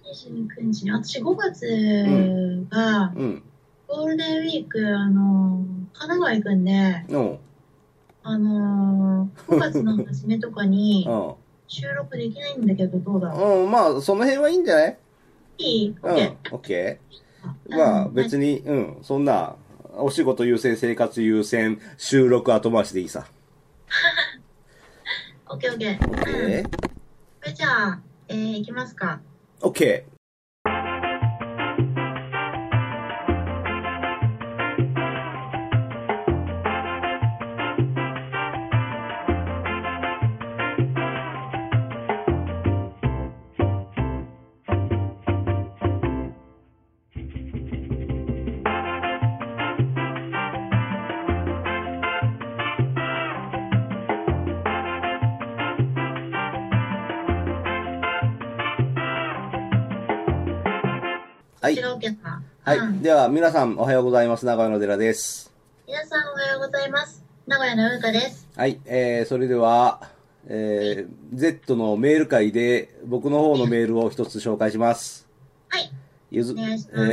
29日に、私5月が、 うん。 ゴールデンウィーク、神奈川行くんで、 うん。 5月の初めとかにうん。 収録できないんだけど、どうだろうん、まあ、その辺はいいんじゃない？ う。いい？ うん、 OK。 オッケー。 うん、 まあ、別に、うん、そんな、お仕事優先、生活優先、収録後回しでいいさ。 OK、OK。 オッケうん。 ー。 これじゃあ、行きますか。 オッケー。はい。 こっちが OK か。 はい。 うん。 では、皆さん、おはようございます。長野の寺です。 皆さんおはようございます。名古屋のうーかです。 はい。それでは、Z のメール会で、僕の方のメールを一つ紹介します。 はい。 ゆず、 お願いします。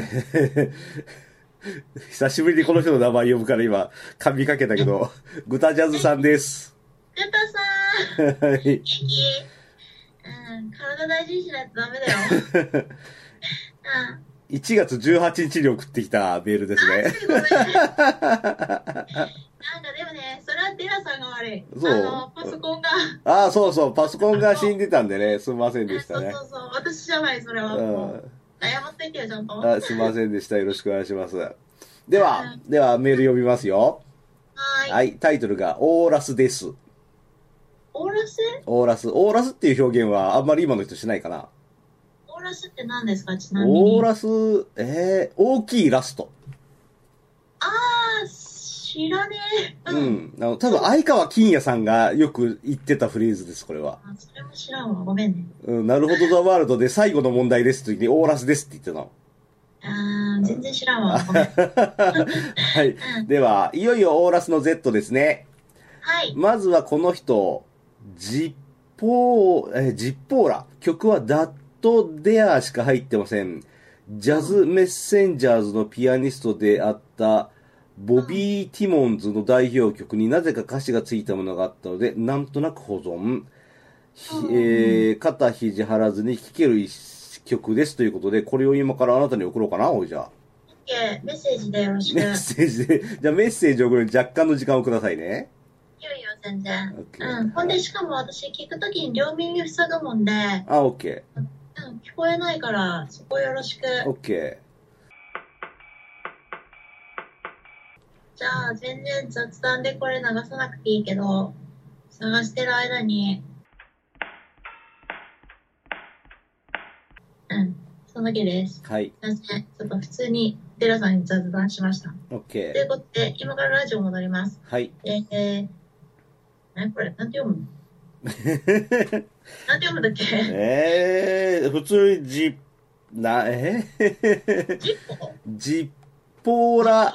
久しぶりにこの人の名前呼ぶから今、噛みかけたけど、グタジャズさんです。 グッタさん。 はい。 元気？うん、体大事にしないとダメだよ。うん。 1月18日に送ってきたメールですね。 ごめん。なんかでもね、それはデラさんが悪い。 そう。 パソコンが。 ああ、そうそう、パソコンが死んでたんでね、すみませんでしたね。 そうそうそう。私じゃない、それは。もう謝っといてよ、ちゃんと。 あ、すみませんでした。よろしくお願いします。では、メール読みますよ。 はい。 はい、タイトルが、オーラスです。 オーラス？ オーラスっていう表現はあんまり今の人しないかな。 オーラスって何ですか、ちなみに。 オーラス、大きいラスト。 知らねえ。 うん。多分、相川金也さんがよく言ってたフレーズです、これは。 それも知らんわ。ごめんね。 うん、なるほど、ザ・ワールドで最後の問題ですときに、オーラスですって言ってたの。 全然知らんわ。ごめん。 はい。では、いよいよオーラスの Z ですね。 はい。 まずはこの人、ジッポーラ。曲はダット・デアしか入ってません。ジャズ・メッセンジャーズのピアニストであったボビー・ティモンズの代表曲になぜか歌詞がついたものがあったので、なんとなく保存。肩肘張らずに聴ける一曲ですということで、これを今からあなたに送ろうかな、おいじゃあ。 メッセージでよろしく。 メッセージで、じゃあメッセージを送るのに若干の時間をくださいね。 いいよ、全然。 OK。 ほんで、しかも私聞くときに両耳塞ぐもんで、 OK。 聞こえないから、そこよろしく。 OK。 じゃあ、全然雑談でこれ流さなくていいけど、探してる間に、そのだけです。 はい。 ちょっと普通にデラさんに雑談しました。 OK。 ということで、今からラジオ戻ります。 はい。 何これなんて読むのなんて読むんだっけ普通にジッポーラ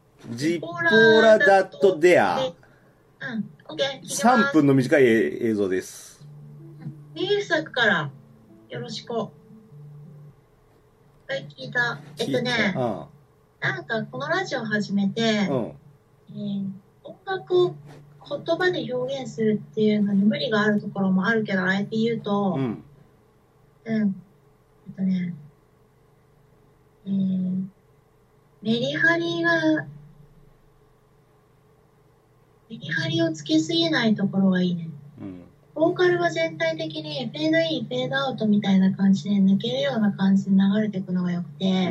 ダットデア。 OK。 3分の短い映像です。 耳塞ぐから、よろしく。聞いた。なんかこのラジオ始めて、音楽を言葉で表現するっていうのに無理があるところもあるけど、あえて言うと、メリハリをつけすぎないところがいいね。ボーカルは全体的にフェードイン、フェードアウトみたいな感じで抜けるような感じで流れていくのが良くて、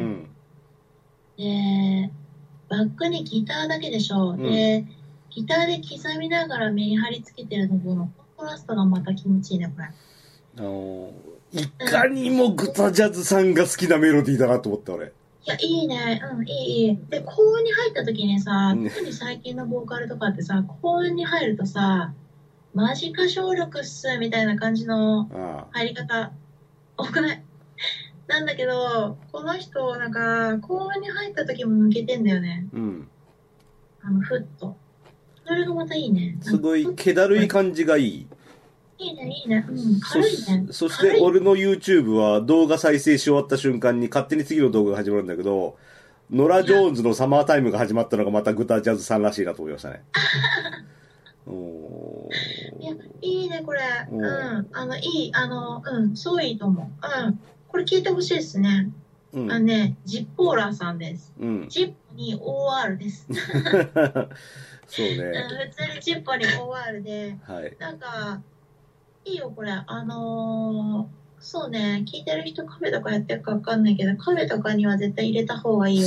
で、バックにギターだけでしょ。で、ギターで刻みながらメリハリつけてるのとのコントラストがまた気持ちいいね、これ。 いかにもグタジャズさんが好きなメロディーだなと思った、俺。 いや、いいね。いい。で、高音に入った時にさ、特に最近のボーカルとかってさ、高音に入るとさ、マジ歌唱力っすみたいな感じの入り方多くない？なんだけど、この人なんか高音に入った時も抜けてんだよね。ふっと。それがまたいいね。 すごい気だるい感じがいい。 いいいね、いいね。うん、軽いね。 そして俺の YouTube は動画再生し終わった瞬間に勝手に次の動画が始まるんだけど、ノラ・ジョーンズのサマータイムが始まったのがまたグタジャズさんらしいなと思いましたね。 いや、いいね、これ。うん。いい、すごいいいと思う。うん。これ聞いてほしいですね。ジッポーラーさんです。ジッポに OR です。 そうね。 普通にジッポに OR で、なんか、いいよ、これ。そうね、聞いてる人カフェとかやってるかわかんないけど、カフェとかには絶対入れた方がいいよ。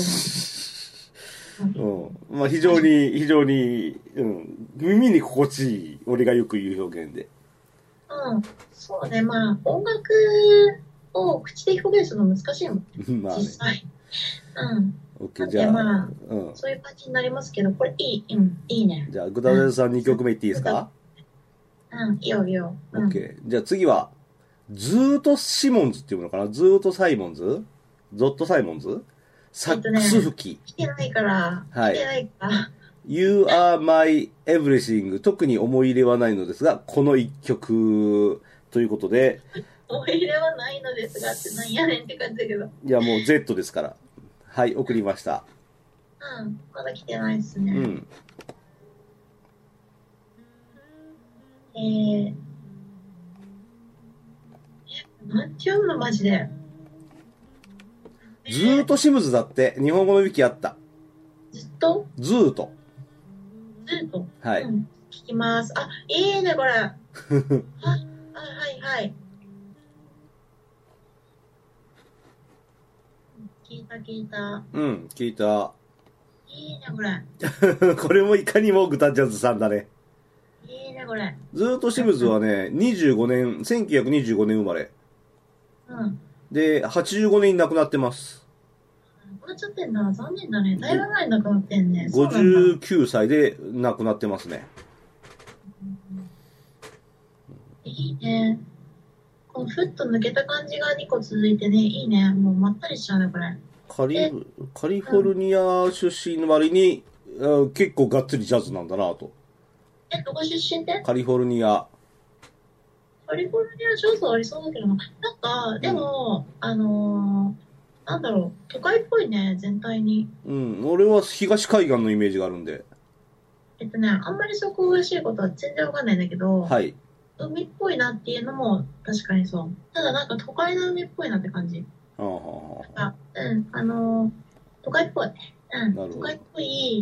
まあ非常に、耳に心地いい、俺がよく言う表現で。 そうね、まあ、音楽を口で表現するの難しいもん。まあね、実際。 OK、じゃあ、 まあ、そういう感じになりますけど、これいいね。 じゃあ、グダデルさん2曲目いっていいですか？ いいよいいよ。 OK。じゃあ次は、ズート・シモンズっていうのかな？ズート・サイモンズ？ゾット・サイモンズ？サックス吹き。 来てないから。来てないから。 You are my everything。特に思い入れはないのですが、この一曲ということで。 思い入れはないのですがってなんやねんって感じだけど。 いや、もう Z ですから。はい、送りました。 まだ来てないですね。なんて読むのマジで。 ずーっとシムズだって。日本語のウィキあった。 ずっとずーっと。 ずーっとはい。 聞きます。あ、いいね、これ。はい。聞いた。 聞いた。 いいね、これ。 これもいかにもグタジャズさんだね。 いいね、これ。 ずーっとシムズはね、1925年生まれ。で、85年に亡くなってます。 亡くなっちゃってんだ。残念だね。だいぶ前に亡くなってんね。 59歳で亡くなってますね。 いいね。このふっと抜けた感じが2個続いてね、いいね。もうまったりしちゃうね、これ。 カリフォルニア出身の割に、結構がっつりジャズなんだなと。 どこ出身で？ カリフォルニア。 カリフォルニアジャズありそうだけどな。なんか、でも、なんだろう、都会っぽいね、全体に。 俺は東海岸のイメージがあるんで。 あんまりそこ詳しいことは全然わかんないんだけど、 はい。 海っぽいなっていうのも確かにそう。ただなんか都会の海っぽいなって感じ。都会っぽい。都会っぽい、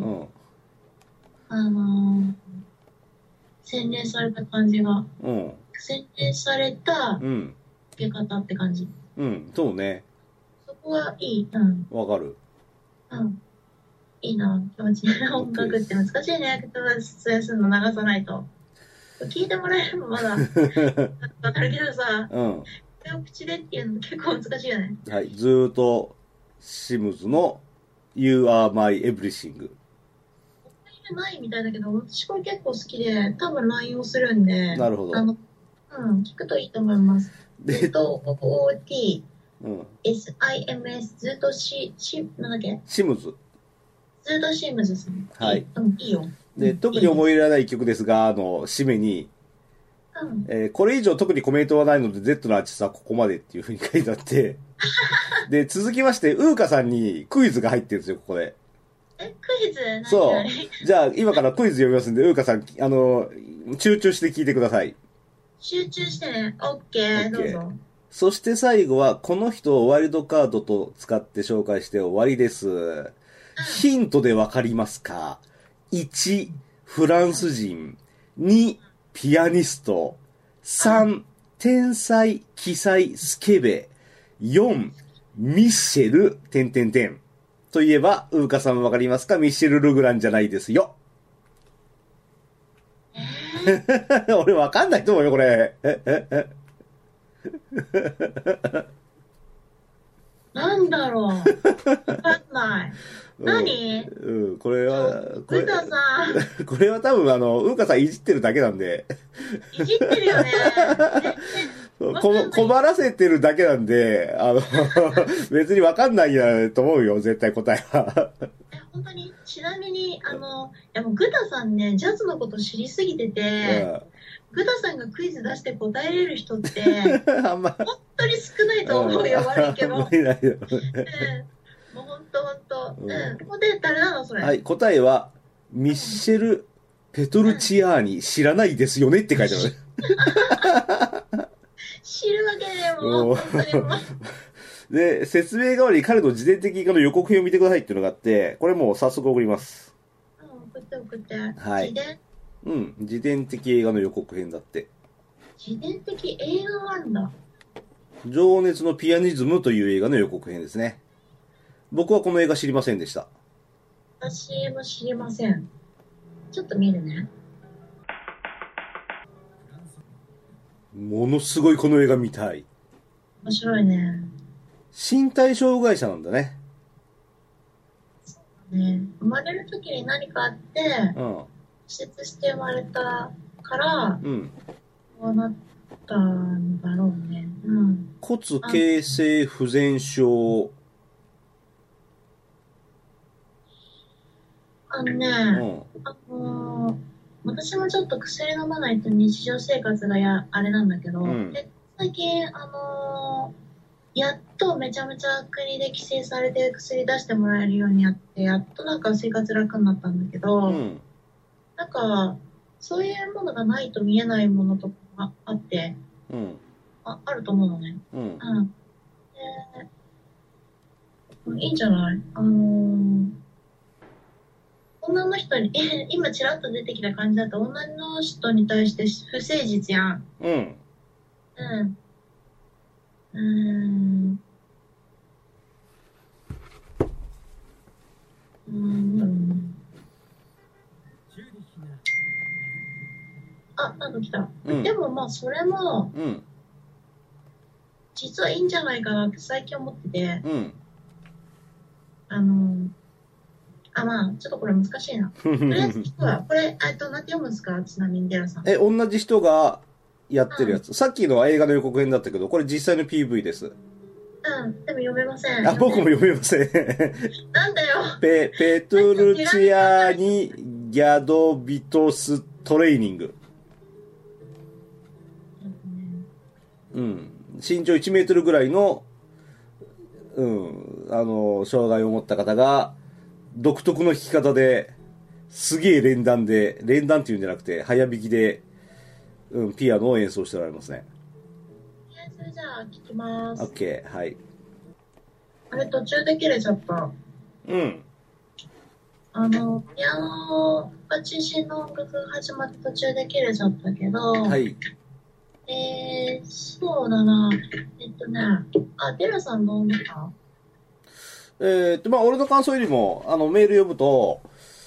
洗練された感じが。洗練された受け方って感じ。 そうね。 そこはいい。 わかる。 いいな、気持ちいい。音楽って難しいね。出演するの流さないと。聞いてもらえればまだわかるけどさ、これを口でっていうの結構難しいよね。 はい、ずーっとシムズの You are my everything。 ないみたいだけど、私これ結構好きで、多分 LINE をするんで、 なるほど。 聞くといいと思います。ずっと OOT、SIMS、ずっとなんだっけ？ シムズ。 ずっとシムズですね。 はい。 いいよ。 で、特に思い入れはない曲ですが、締めに、これ以上特にコメントはないので、Z のアーティストはここまでっていうふうに書いてあって、で、続きまして、ウーカさんにクイズが入ってるんですよ、ここで。 クイズ？ そう。じゃあ、今からクイズ読みますんで、ウーカさん、集中して聞いてください。 集中してね。オッケー、どうぞ。 そして最後は、この人をワイルドカードと使って紹介して終わりです。ヒントでわかりますか？1、フランス人。2、ピアニスト。3、天才、奇才、スケベ。4、ミッシェル、といえば、ウーカさんわかりますか？ミッシェル・ルグランじゃないですよ。俺わかんないと思うよ、これ。 なんだろう。わかんない。何？ これは、 ウーカさん。 これは多分ウーカさんいじってるだけなんで。 いじってるよね。 困らせてるだけなんで、別にわかんないやと思うよ、絶対答えは。 本当に、ちなみに、いやもうグタさんね、ジャズのこと知りすぎてて、 グダさんがクイズ出して答えれる人って、 あんま、 本当に少ないと思うよ、悪いけど。 もう本当。ほんで、誰なの、それ。 はい、答えは、ミッシェル・ペトルチアーニ、知らないですよねって書いてある。 知るわけねえもん、本当にもう。 で、説明代わりに彼の自伝的映画の予告編を見てくださいっていうのがあって、これもう早速送ります。 送って。 はい。 自伝？ うん、自伝的映画の予告編だって。 自伝的映画なんだ。 情熱のピアニズムという映画の予告編ですね。僕はこの映画知りませんでした。 私も知りません。ちょっと見るね。 ものすごいこの映画見たい。 面白いね。 身体障害者なんだね。 ね、生まれる時に何かあって、施設して生まれたから、こうなったんだろうね。 骨形成不全症。 私もちょっと薬飲まないと日常生活があれなんだけど、最近、やっとめちゃめちゃ国で規制されて薬出してもらえるようになって、やっとなんか生活楽になったんだけど、なんか、そういうものがないと見えないものとかがあって、あると思うのね。いいんじゃない？女の人に、今ちらっと出てきた感じだと女の人に対して不誠実やん。なんか来た。でもまあそれも、実はいいんじゃないかなって最近思ってて、まあ、ちょっとこれ難しいな。とりあえず人は、これ、なんて読むんですか？ちなみに、デラさん。 同じ人がやってるやつ。さっきのは映画の予告編だったけど、これ実際の PV です。 でも読めません。 僕も読めません。 なんだよ。 ペトルチアーニ・ギャドビトストレーニング。身長1メートルぐらいの、障害を持った方が、独特の弾き方で、すげえ連弾っていうんじゃなくて、早弾きで、ピアノを演奏しておられますね。 それじゃあ、聞きます。 OK、はい。 あれ、途中で切れちゃった。ピアノが中心の音楽が始まって途中で切れちゃったけど、はい。そうだな。デラさんどう見た？ 俺の感想よりも、メール読むと、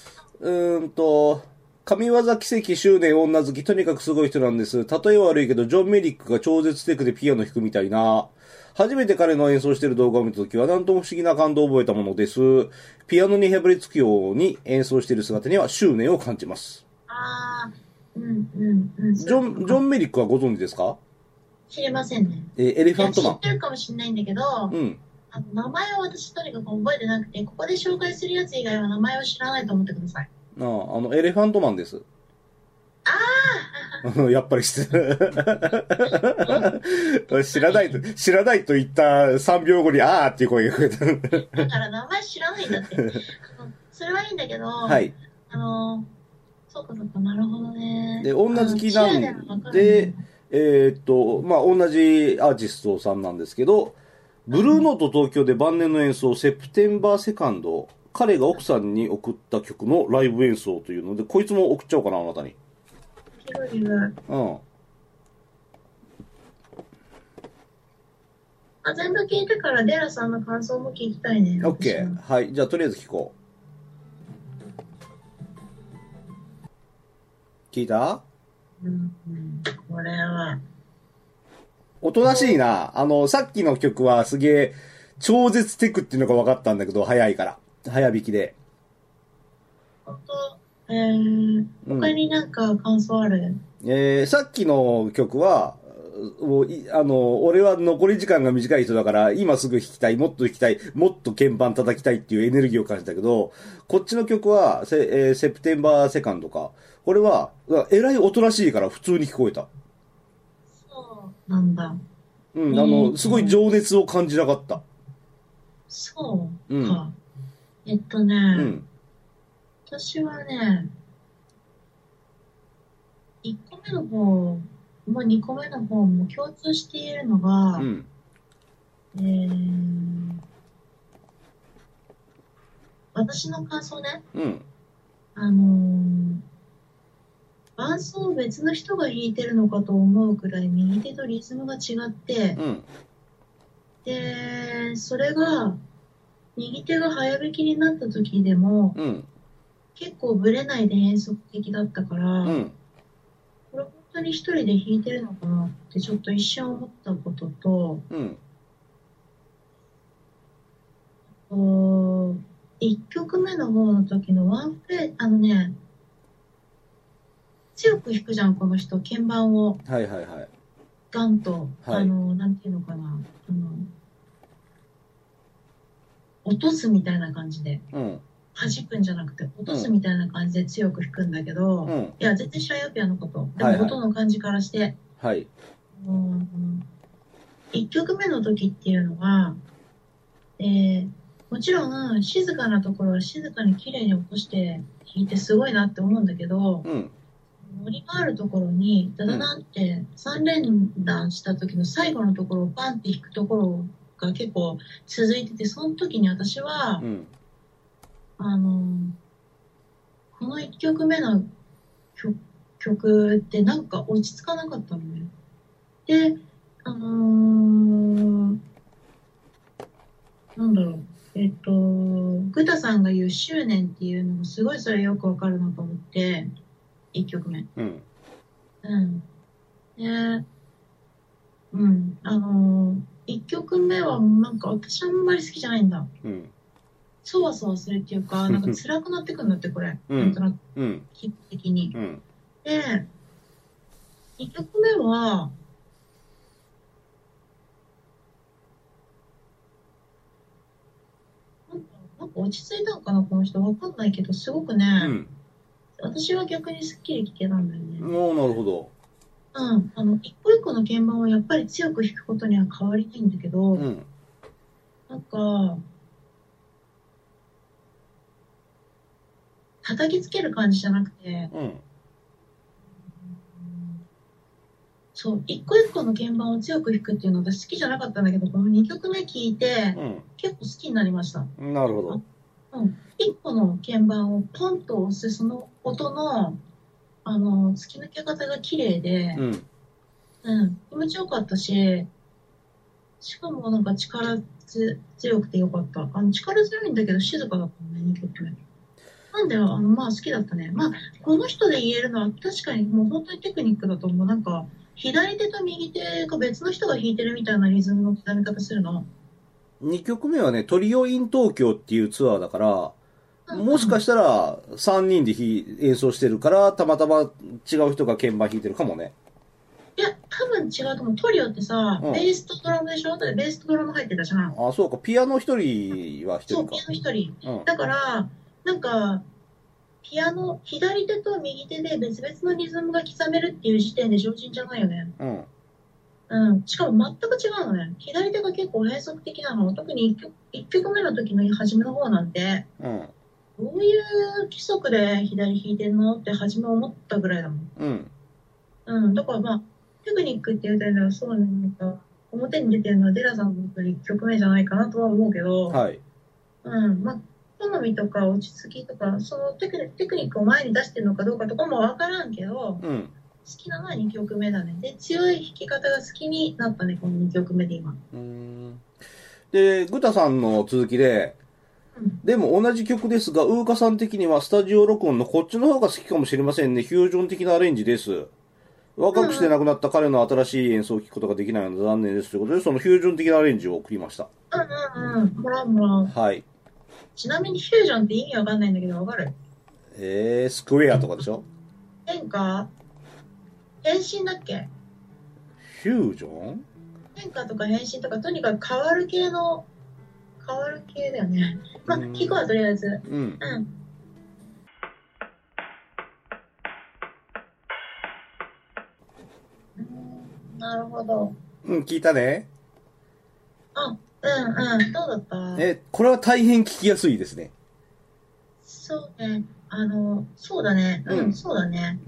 神業奇跡執念女好き、とにかくすごい人なんです。例えは悪いけど、ジョン・メリックが超絶テクでピアノ弾くみたいな。初めて彼の演奏している動画を見たときは、なんとも不思議な感動を覚えたものです。ピアノにへばりつくように演奏している姿には執念を感じます。ジョン・メリックはご存知ですか？ 知りませんね。 エレファントマン。 知ってるかもしれないんだけど、名前を私とにかく覚えてなくて、ここで紹介するやつ以外は名前を知らないと思ってください。 エレファントマンです。やっぱり知ってる。知らないと言った3秒後に、っていう声が聞こえた。だから名前知らないんだって。それはいいんだけど、 はい。 そうか、なるほどね。 で、女好きなんで、同じアーティストさんなんですけど、ブルーノート東京で晩年の演奏、セプテンバーセカンド、彼が奥さんに送った曲のライブ演奏というので、こいつも送っちゃおうかな、あなたに。 全部聞いてからデラさんの感想も聞きたいね。 OK。はい。じゃあ、とりあえず聞こう。聞いた？ これは。 おとなしいな。さっきの曲はすげえ、超絶テクっていうのが分かったんだけど、早いから。早弾きで。 他になんか感想ある？ さっきの曲は、 もう俺は残り時間が短い人だから、今すぐ弾きたい、もっと弾きたい、もっと鍵盤叩きたいっていうエネルギーを感じたけど、こっちの曲は、セプテンバーセカンドか。これは、えらいおとなしいから普通に聞こえた。 そうなんだ。 うん、すごい情熱を感じなかった。 そうか。 うん、 私はね、1個目の方も2個目の方も共通しているのが、私の感想ね、伴奏を別の人が弾いてるのかと思うくらい右手とリズムが違って、で、それが右手が早弾きになった時でも、結構ブレないで変則的だったから、これ本当に一人で弾いてるのかなってちょっと一瞬思ったことと、1曲目の方の時のワンフレーズ、強く弾くじゃん、この人、鍵盤を。ガンと、なんていうのかな、落とすみたいな感じで。弾くんじゃなくて、落とすみたいな感じで強く弾くんだけど、いや、絶対知らんよ、ピアノこと。でも、音の感じからして。1曲目の時っていうのは、もちろん、静かなところは静かに綺麗に落として弾いてすごいなって思うんだけど、ノリがあるところに、ダダダンって3連弾した時の最後のところをバンって弾くところが結構続いてて、その時に私は、この1曲目の曲ってなんか落ち着かなかったのね。で、なんだろう。グタさんが言う執念っていうのもすごいそれよくわかるなと思って、1曲目。1曲目はなんか私あんまり好きじゃないんだ。そわそわするっていうか、なんか辛くなってくんだって、これ。なんとなく、気分的に。で、2曲目は、なんか落ち着いたのかな、この人。わかんないけど、すごくね、私は逆にすっきり聴けたんだよね。 なるほど。 一個一個の鍵盤はやっぱり強く弾くことには変わりないんだけど、なんか、叩きつける感じじゃなくて、そう、一個一個の鍵盤を強く弾くっていうのは私好きじゃなかったんだけど、この2曲目聴いて、結構好きになりました。 なるほど。 一個の鍵盤をポンと押すその音の、突き抜け方が綺麗で、気持ちよかったし、しかもなんか力強くてよかった。力強いんだけど静かだったね、2曲目。なんで、まあ好きだったね。まあ、この人で言えるのは確かにもう本当にテクニックだと思う。なんか、左手と右手が別の人が弾いてるみたいなリズムの刻み方するの。 2曲目はね、トリオイン東京っていうツアーだから、もしかしたら3人で演奏してるから、たまたま違う人が鍵盤弾いてるかもね。 いや、多分違うと思う。トリオってさ、ベースとドラムでしょ？だってベースとドラム入ってたじゃん。 そうか。ピアノ一人は一人か。 そう、ピアノ一人。だから、なんか、ピアノ、左手と右手で別々のリズムが刻めるっていう時点で常人じゃないよね。しかも全く違うのね。左手が結構変則的なの。特に1曲目の時の初めの方なんて、どういう規則で左弾いてんのって初め思ったぐらいだもん。だからまあ、テクニックっていう点ではそうなんか、表に出てるのはデラさんの1曲目じゃないかなとは思うけど、まあ、好みとか落ち着きとか、そのテクニックを前に出してるのかどうかとかもわからんけど、好きなのは2曲目だね。で、強い弾き方が好きになったね、この2曲目で今。 で、グタさんの続きで、でも同じ曲ですが、ウーカさん的にはスタジオ録音のこっちの方が好きかもしれませんね。フュージョン的なアレンジです。若くして亡くなった彼の新しい演奏を聴くことができないので残念ですということで、そのフュージョン的なアレンジを送りました。 もらう。 はい。 ちなみにフュージョンって意味わかんないんだけど、わかる？ スクエアとかでしょ？ 変身だっけ？ フュージョン？ 変化とか変身とか、とにかく変わる系だよね。まあ、聞くわ、とりあえず。 うん。 なるほど。 聞いたね。 どうだった？ これは大変聞きやすいですね。 そうね。そうだね。そうだね。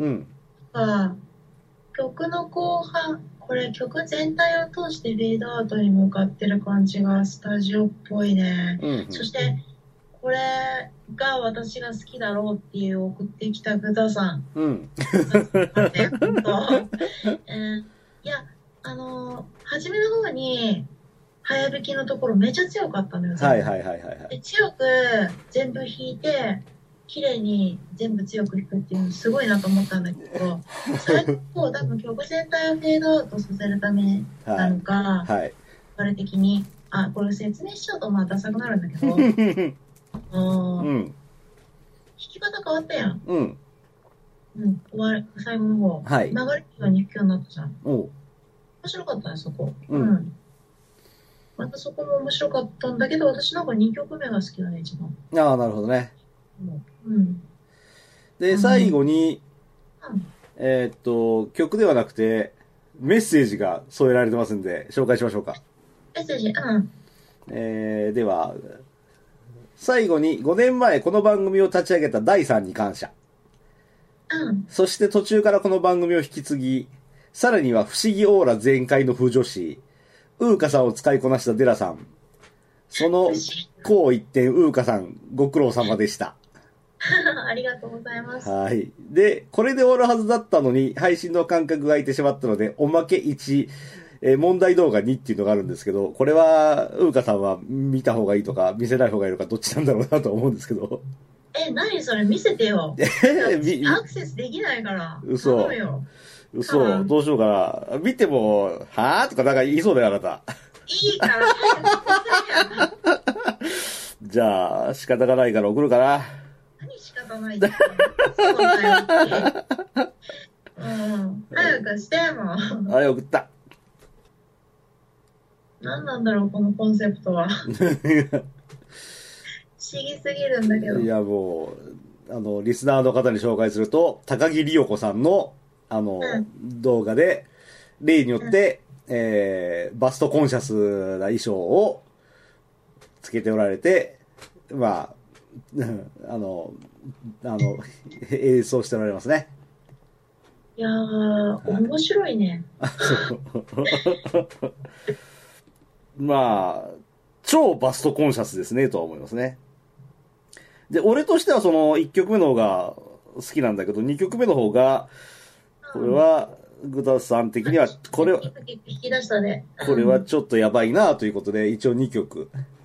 曲の後半、これ曲全体を通してフェードアウトに向かってる感じがスタジオっぽいね。そして、これが私が好きだろうっていう送ってきたグダさん。いや、初めの方に、早弾きのところめっちゃ強かったのよ。で強く全部弾いて、綺麗に全部強く弾くっていうのすごいなと思ったんだけど、最後多分曲全体をフェードアウトさせるためなのか、これ的に、これ説明しちゃうとまあダサくなるんだけど、弾き方変わったやん。最後の方。流れが2曲になったじゃん。面白かったね、そこ。またそこも面白かったんだけど、私なんか2曲目が好きだね、一番。 ああ、なるほどね。で、最後に、曲ではなくて、メッセージが添えられてますんで、紹介しましょうか。 メッセージ、 では、最後に5年前この番組を立ち上げた第3に感謝。そして途中からこの番組を引き継ぎ、さらには不思議オーラ全開の風女子、ウーカさんを使いこなしたデラさん。その、こう一点、ウーカさん、ご苦労様でした。 ありがとうございます。 はい。で、これで終わるはずだったのに、配信の間隔が空いてしまったので、おまけ1、問題動画2っていうのがあるんですけど、これは、ウーカさんは見た方がいいとか、見せない方がいいのか、どっちなんだろうなと思うんですけど。 何それ見せてよ。アクセスできないから。 嘘。どうしようかな。見ても、はぁとかなんか言いそうだよ、あなた。 いいから、 じゃあ、仕方がないから送るかな。 何仕方ないって。そうだよって。早くしても。 あれ送った。 何なんだろう、このコンセプトは。不思議すぎるんだけど。 いや、もう、リスナーの方に紹介すると、高木里代子さんの、動画で、例によって、バストコンシャスな衣装をつけておられて、まあ、演奏しておられますね。 いやー、面白いね。 まあ、超バストコンシャスですね、とは思いますね。で、俺としてはその1曲目の方が好きなんだけど、2曲目の方が、これは、グダさん的には、これは、 引き出したね。 これはちょっとやばいなということで、一応2曲。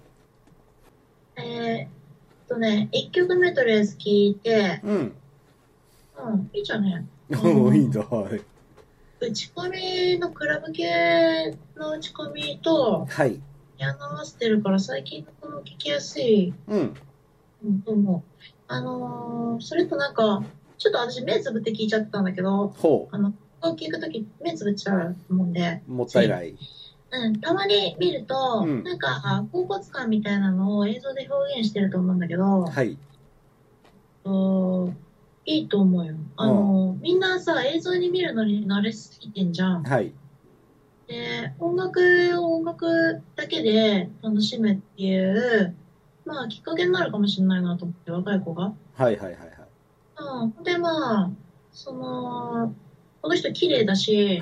1曲目とりあえず聴いて、いいじゃんね。 いいんだ、はい。 打ち込みのクラブ系の打ち込みと、ピアノ合わせてるから最近のも聴きやすい。と思う。それとなんか、ちょっと私目つぶって聞いちゃったんだけど、聞くとき目つぶっちゃうもんで。 もったいない。 たまに見ると、なんか、恍惚感みたいなのを映像で表現してると思うんだけど、いいと思うよ。みんなさ、映像に見るのに慣れすぎてんじゃん。で、音楽だけで楽しむっていう、まあ、きっかけになるかもしれないなと思って、若い子が。で、まあ、この人綺麗だし、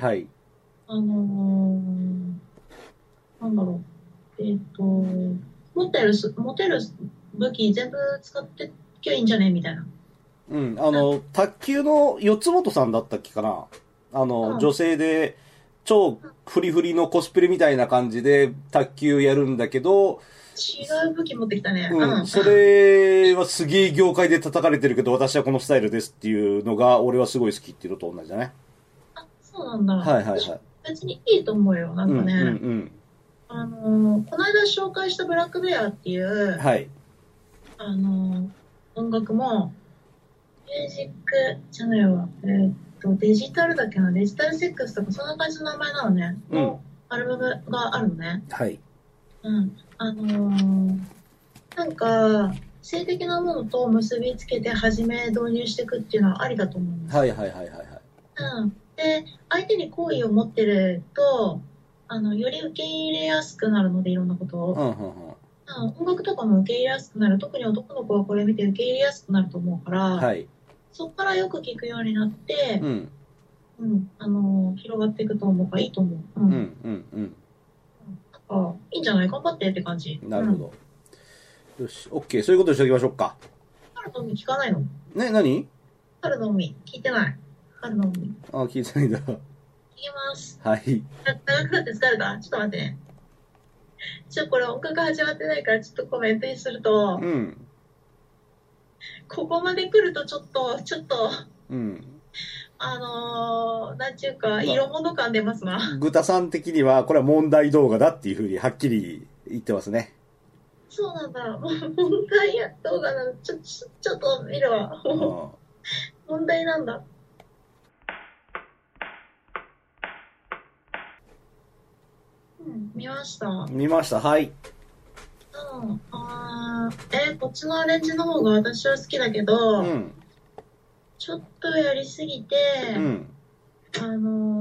なんだろう。持てる武器全部使ってきゃいいんじゃねみたいな。 卓球の四つ元さんだったっけかな。女性で、超フリフリのコスプレみたいな感じで卓球やるんだけど、 違う武器持ってきたね。 それはすげえ業界で叩かれてるけど、私はこのスタイルですっていうのが、俺はすごい好きっていうのと同じだね。 そうなんだ。別にいいと思うよ、なんかね。この間紹介したブラックベアっていう、音楽も、ミュージックじゃないわ。 デジタルだっけな、デジタルセックスとかそんな感じの名前なのね。のアルバムがあるのね。 はい。 うん。なんか、性的なものと結びつけて初め導入していくっていうのはありだと思うんです。 はいはいはいはいはい。 うん。で、相手に好意を持ってると、より受け入れやすくなるので、いろんなことを。音楽とかも受け入れやすくなる。特に男の子はこれ見て受け入れやすくなると思うから、はい、そこからよく聞くようになって、広がっていくと思うからいいと思う。いいんじゃない？頑張ってって感じ。 なるほど。よし、OK。そういうことにしておきましょうか。 春の海聞かないの？ ね、何？春の海。聞いてない。春の海。 聞いてないんだ。 聞きます。 はい。 長くなって疲れた？ちょっと待ってね。これ音楽始まってないからちょっとコメントにすると、ここまで来るとちょっと、なんちゅうか、色物感出ますな。 グタさん的には、これは問題動画だっていうふうにはっきり言ってますね。 そうなんだ。問題動画なの。ちょっと見るわ。問題なんだ。見ました。 見ました、はい。 こっちのアレンジの方が私は好きだけど、ちょっとやりすぎて、離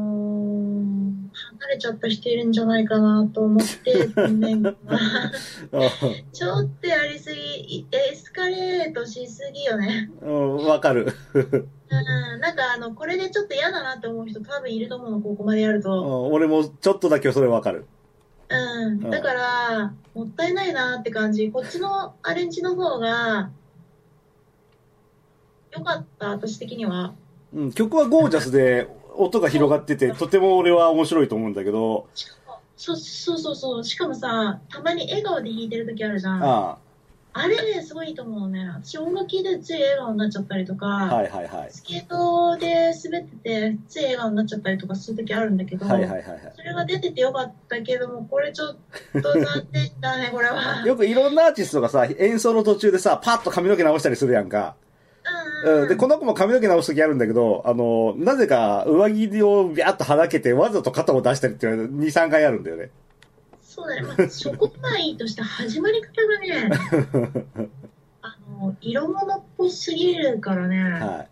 れちゃった人いるんじゃないかなと思って、残念が。ちょっとやりすぎ、エスカレートしすぎよね。 わかる。 なんかこれでちょっと嫌だなって思う人多分いると思うの、ここまでやると。 俺もちょっとだけそれわかる。 だから、もったいないなって感じ。こっちのアレンジの方が、良かった、私的には。 曲はゴージャスで、音が広がってて、とても俺は面白いと思うんだけど。 そう。しかもさ、たまに笑顔で弾いてる時あるじゃん。あれね、すごいいいと思うね。私音楽聴いてつい笑顔になっちゃったりとか、スケートで滑っててつい笑顔になっちゃったりとかする時あるんだけど、それが出ててよかったけども、これちょっと残念だね、これは。 よくいろんなアーティストがさ、演奏の途中でさ、パッと髪の毛直したりするやんか。で、この子も髪の毛直す時あるんだけど、なぜか上着をビャーッとはだけて、わざと肩を出したりって2、3回あるんだよね。 そうだね。まあ、そこがいいとして始まり方がね、色物っぽすぎるからね、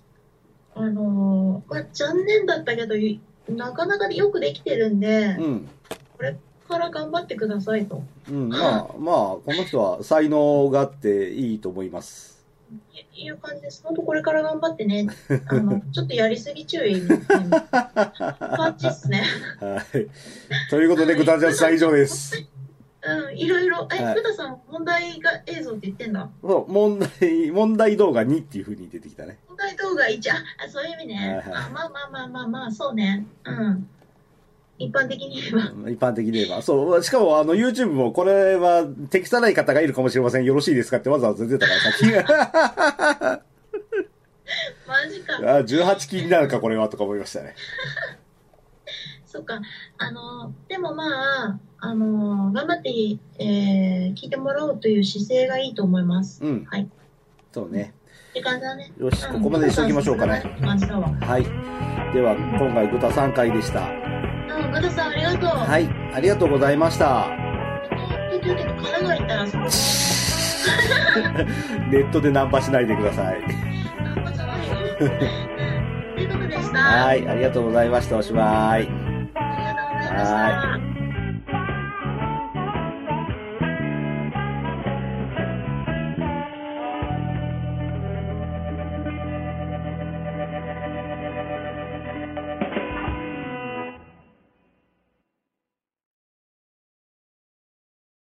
まあ、残念だったけど、なかなかよくできてるんで、これから頑張ってくださいと。 まあ、この人は才能があっていいと思います。 いう感じです。本当これから頑張ってね。ちょっとやりすぎ注意みたいな感じっすね。 はい。ということで、グタジャスさん以上です。 いろいろ。グタさん、問題が映像って言ってんだ。 そう、問題動画2っていう風に出てきたね。 問題動画1、そういう意味ね。まあ、そうね。一般的に言えば。そう。しかも、YouTube も、これは、適さない方がいるかもしれません。よろしいですかってわざわざ出たから、さっき。 マジか。 18禁になるか、これは、とか思いましたね。 そっか。でもまあ、頑張って、聞いてもらおうという姿勢がいいと思います。はい。 そうね。 って感じだね。 よし、ここまでにしておきましょうかね。はい。では、今回、グタ3回でした。 グタさんありがとう。 はい、ありがとうございました。ネットでナンパしないでください。 ナンパじゃないよ。ということでした。 はい、ありがとうございました。おしまい。 ありがとうございました。